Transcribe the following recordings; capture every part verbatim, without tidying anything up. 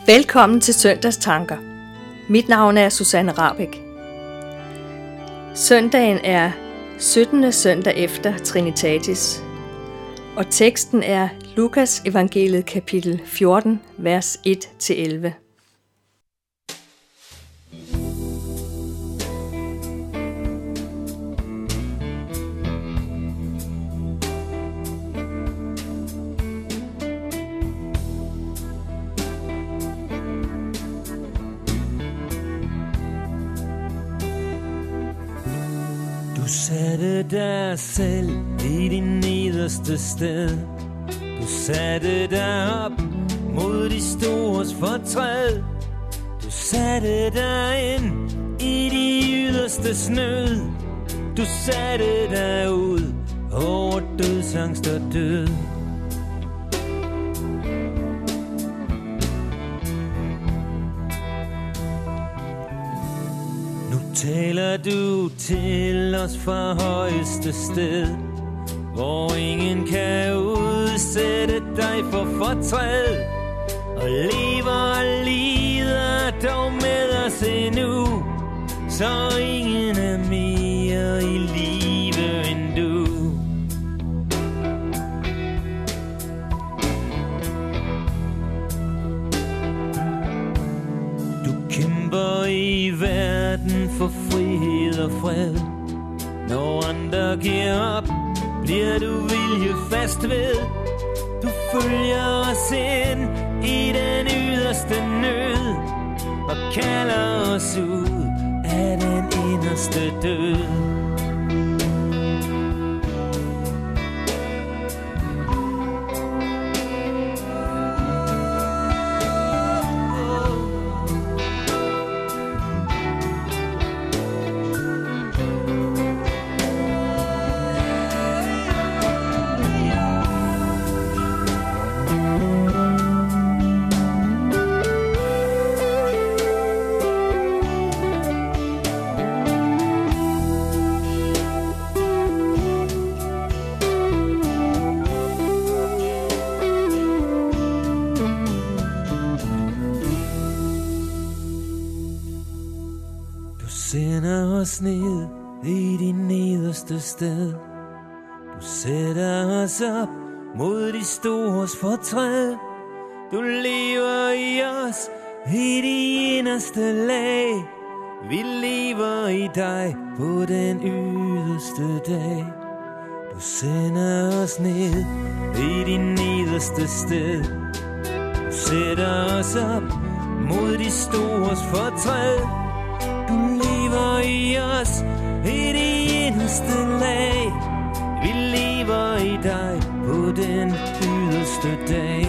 Velkommen til Søndagstanker. Mit navn er Susanne Rahbek. Søndagen er syttende søndag efter Trinitatis, og teksten er Lukas evangeliet kapitel fjorten, vers et til elleve. Du satte dig selv i din nederste sted. Du satte dig op mod de stores fortræd. Du satte dig ind i de yderste snød. Du satte dig ud over dødsangst og død. Taler du til os fra højeste sted, hvor ingen kan udsætte dig for fortræd, og lever og lider dog med os endnu, så ingen er mere i live end du. Du kæmper i verden for frihed og fred. Når andre giver op, bliver du viljefast ved. Du følger os ind i den yderste nød, og kalder os ud af den inderste død. Sender os ned i din nederste sted. Du sætter os op mod de stores fortræd. Du lever i os i de inderste lag. Vi lever i dig på den yderste dag. Du sender os ned i din nederste sted. Du sætter os op mod de stores fortræd. Du lever i os i de inderste lag. Vi lever i dig på den yderste dag.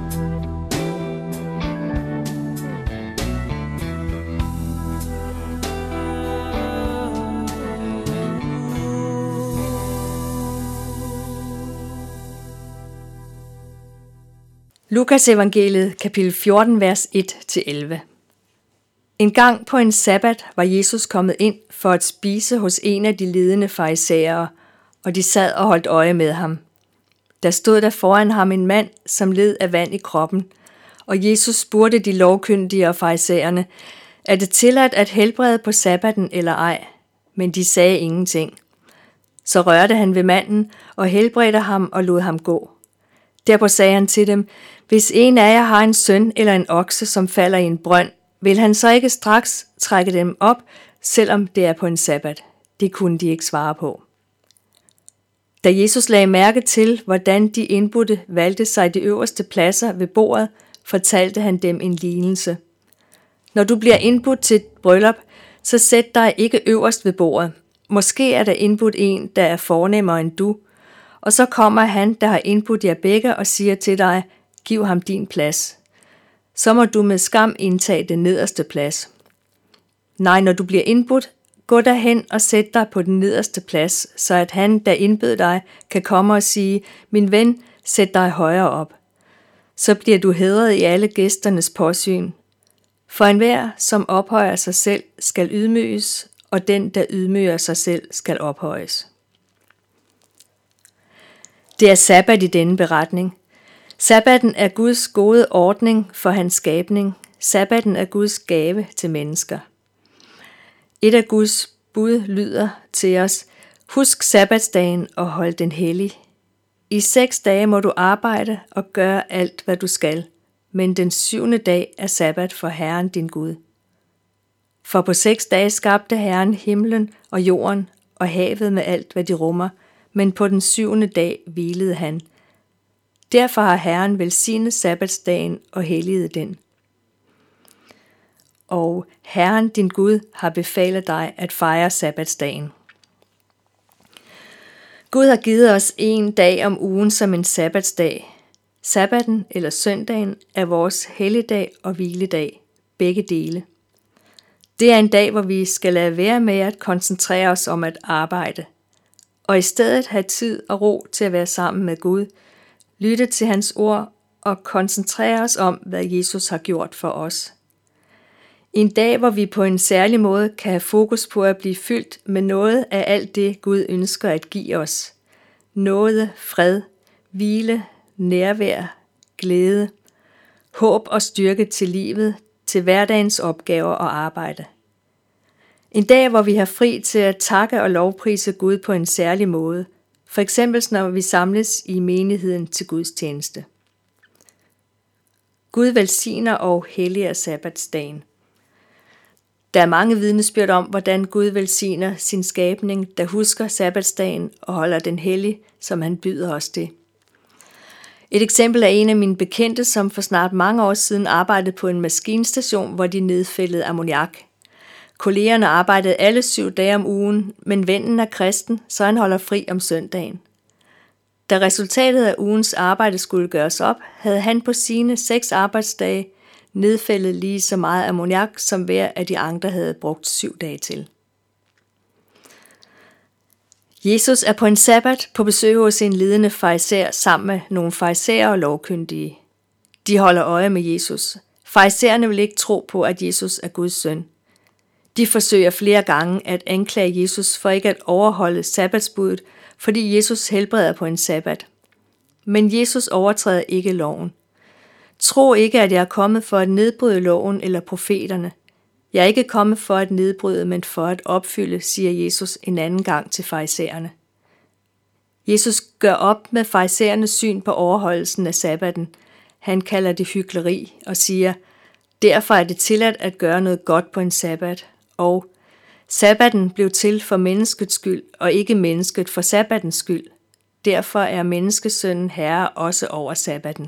Lukas evangeliet kapitel fjorten, vers et til elleve. En gang på en sabbat var Jesus kommet ind for at spise hos en af de ledende farisæere, og de sad og holdt øje med ham. Der stod der foran ham en mand, som led af vand i kroppen, og Jesus spurgte de lovkyndige og farisæerne, er det tilladt at helbrede på sabbaten eller ej? Men de sagde ingenting. Så rørte han ved manden og helbredte ham og lod ham gå. Derpå sagde han til dem, hvis en af jer har en søn eller en okse, som falder i en brønd, vil han så ikke straks trække dem op, selvom det er på en sabbat? Det kunne de ikke svare på. Da Jesus lagde mærke til, hvordan de indbudte valgte sig de øverste pladser ved bordet, fortalte han dem en lignelse. Når du bliver indbudt til et bryllup, så sæt dig ikke øverst ved bordet. Måske er der indbudt en, der er fornemmere end du, og så kommer han, der har indbudt jer begge, og siger til dig, giv ham din plads. Så må du med skam indtage den nederste plads. Nej, når du bliver indbudt, gå derhen og sæt dig på den nederste plads, så at han, der indbød dig, kan komme og sige, min ven, sæt dig højere op. Så bliver du hædret i alle gæsternes påsyn. For enhver, som ophøjer sig selv, skal ydmyges, og den, der ydmyger sig selv, skal ophøjes. Det er sabbat i denne beretning. Sabbaten er Guds gode ordning for hans skabning. Sabbaten er Guds gave til mennesker. Et af Guds bud lyder til os: husk sabbatsdagen og hold den hellig. I seks dage må du arbejde og gøre alt, hvad du skal, men den syvende dag er sabbat for Herren din Gud. For på seks dage skabte Herren himlen og jorden og havet med alt, hvad de rummer, men på den syvende dag hvilede han. Derfor har Herren velsignet sabbatsdagen og helliget den. Og Herren din Gud har befalet dig at fejre sabbatsdagen. Gud har givet os en dag om ugen som en sabbatsdag. Sabbaten eller søndagen er vores helligdag og hviledag, begge dele. Det er en dag, hvor vi skal lade være med at koncentrere os om at arbejde, og i stedet have tid og ro til at være sammen med Gud, lytte til hans ord og koncentrere os om, hvad Jesus har gjort for os. En dag, hvor vi på en særlig måde kan have fokus på at blive fyldt med noget af alt det, Gud ønsker at give os. Nåde, fred, hvile, nærvær, glæde, håb og styrke til livet, til hverdagens opgaver og arbejde. En dag, hvor vi har fri til at takke og lovprise Gud på en særlig måde, for eksempel når vi samles i menigheden til Guds tjeneste. Gud velsigner og helliger sabbatsdagen. Der er mange vidnesbyrd om, hvordan Gud velsigner sin skabning, der husker sabbatsdagen og holder den hellig, som han byder os til. Et eksempel er en af mine bekendte, som for snart mange år siden arbejdede på en maskinstation, hvor de nedfældede ammoniak. Kollegerne arbejdede alle syv dage om ugen, men vennen er kristen, så han holder fri om søndagen. Da resultatet af ugens arbejde skulle gøres op, havde han på sine seks arbejdsdage nedfældet lige så meget ammoniak, som hver af de andre havde brugt syv dage til. Jesus er på en sabbat på besøg hos en ledende farisæer sammen med nogle farisæere og lovkyndige. De holder øje med Jesus. Farisæerne vil ikke tro på, at Jesus er Guds søn. De forsøger flere gange at anklage Jesus for ikke at overholde sabbatsbuddet, fordi Jesus helbreder på en sabbat. Men Jesus overtræder ikke loven. Tro ikke, at jeg er kommet for at nedbryde loven eller profeterne. Jeg er ikke kommet for at nedbryde, men for at opfylde, siger Jesus en anden gang til farisæerne. Jesus gør op med farisæernes syn på overholdelsen af sabbaten. Han kalder det hykleri og siger, derfor er det tilladt at gøre noget godt på en sabbat. Og sabbaten blev til for menneskets skyld, og ikke mennesket for sabbatens skyld. Derfor er menneskesønnen herre også over sabbaten.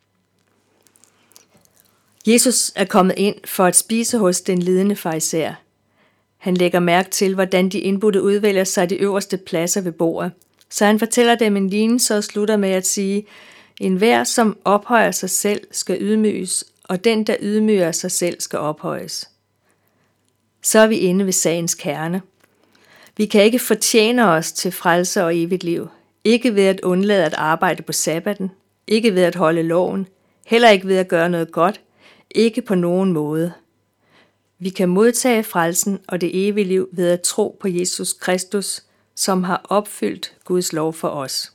Jesus er kommet ind for at spise hos den ledende farisæer. Han lægger mærke til, hvordan de indbudte udvælger sig de øverste pladser ved bordet. Så han fortæller dem en lignelse og slutter med at sige, enhver som ophøjer sig selv skal ydmyges, og den der ydmyger sig selv skal ophøjes. Så er vi inde ved sagens kerne. Vi kan ikke fortjene os til frelse og evigt liv. Ikke ved at undlade at arbejde på sabbaten, ikke ved at holde loven, heller ikke ved at gøre noget godt, ikke på nogen måde. Vi kan modtage frelsen og det evige liv ved at tro på Jesus Kristus, som har opfyldt Guds lov for os.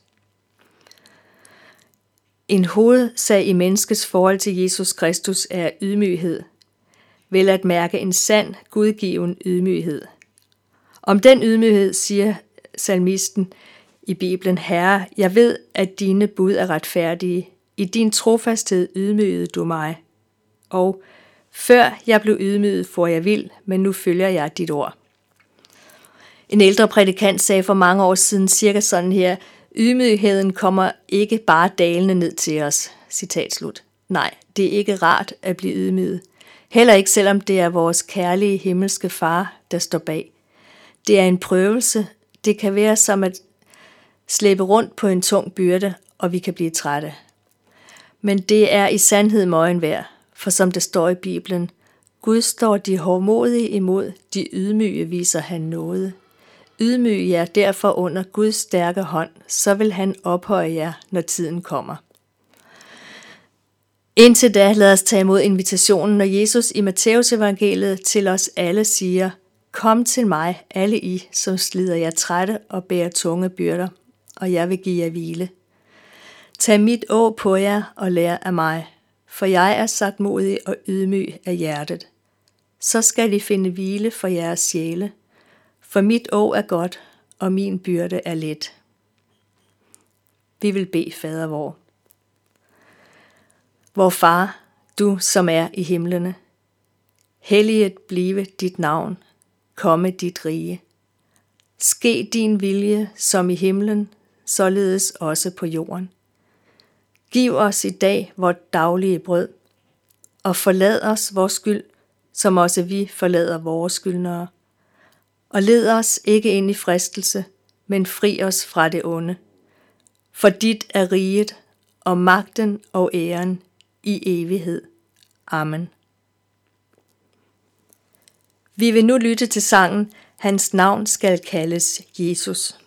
En hovedsag i menneskets forhold til Jesus Kristus er ydmyghed. Vel at mærke en sand, gudgiven ydmyghed. Om den ydmyghed siger salmisten i Bibelen, Herre, jeg ved, at dine bud er retfærdige. I din trofasthed ydmygede du mig. Og før jeg blev ydmyget, for jeg vil, men nu følger jeg dit ord. En ældre prædikant sagde for mange år siden cirka sådan her, ydmygheden kommer ikke bare dalende ned til os. Citat slut. Nej, det er ikke rart at blive ydmyget. Heller ikke selvom det er vores kærlige himmelske far, der står bag. Det er en prøvelse. Det kan være som at slæbe rundt på en tung byrde, og vi kan blive trætte. Men det er i sandhed møgen værd, for som det står i Bibelen, Gud står de hårdmodige imod, de ydmyge viser han nåde. Ydmyg jer derfor under Guds stærke hånd, så vil han ophøje jer, når tiden kommer. Indtil da lad os tage imod invitationen, når Jesus i Matteus evangeliet til os alle siger, kom til mig, alle I, som slider jer trætte og bærer tunge byrder, og jeg vil give jer hvile. Tag mit åg på jer og lær af mig, for jeg er sagtmodig og ydmyg af hjertet. Så skal I finde hvile for jeres sjæle, for mit åg er godt, og min byrde er let. Vi vil bede Fader vor. Vor Far, du som er i himlene, helliget blive dit navn, komme dit rige. Ske din vilje som i himlen, således også på jorden. Giv os i dag vort daglige brød, og forlad os vores skyld, som også vi forlader vores skyldnere. Og led os ikke ind i fristelse, men fri os fra det onde. For dit er riget, og magten og æren i evighed. Amen. Vi vil nu lytte til sangen, Hans navn skal kaldes Jesus.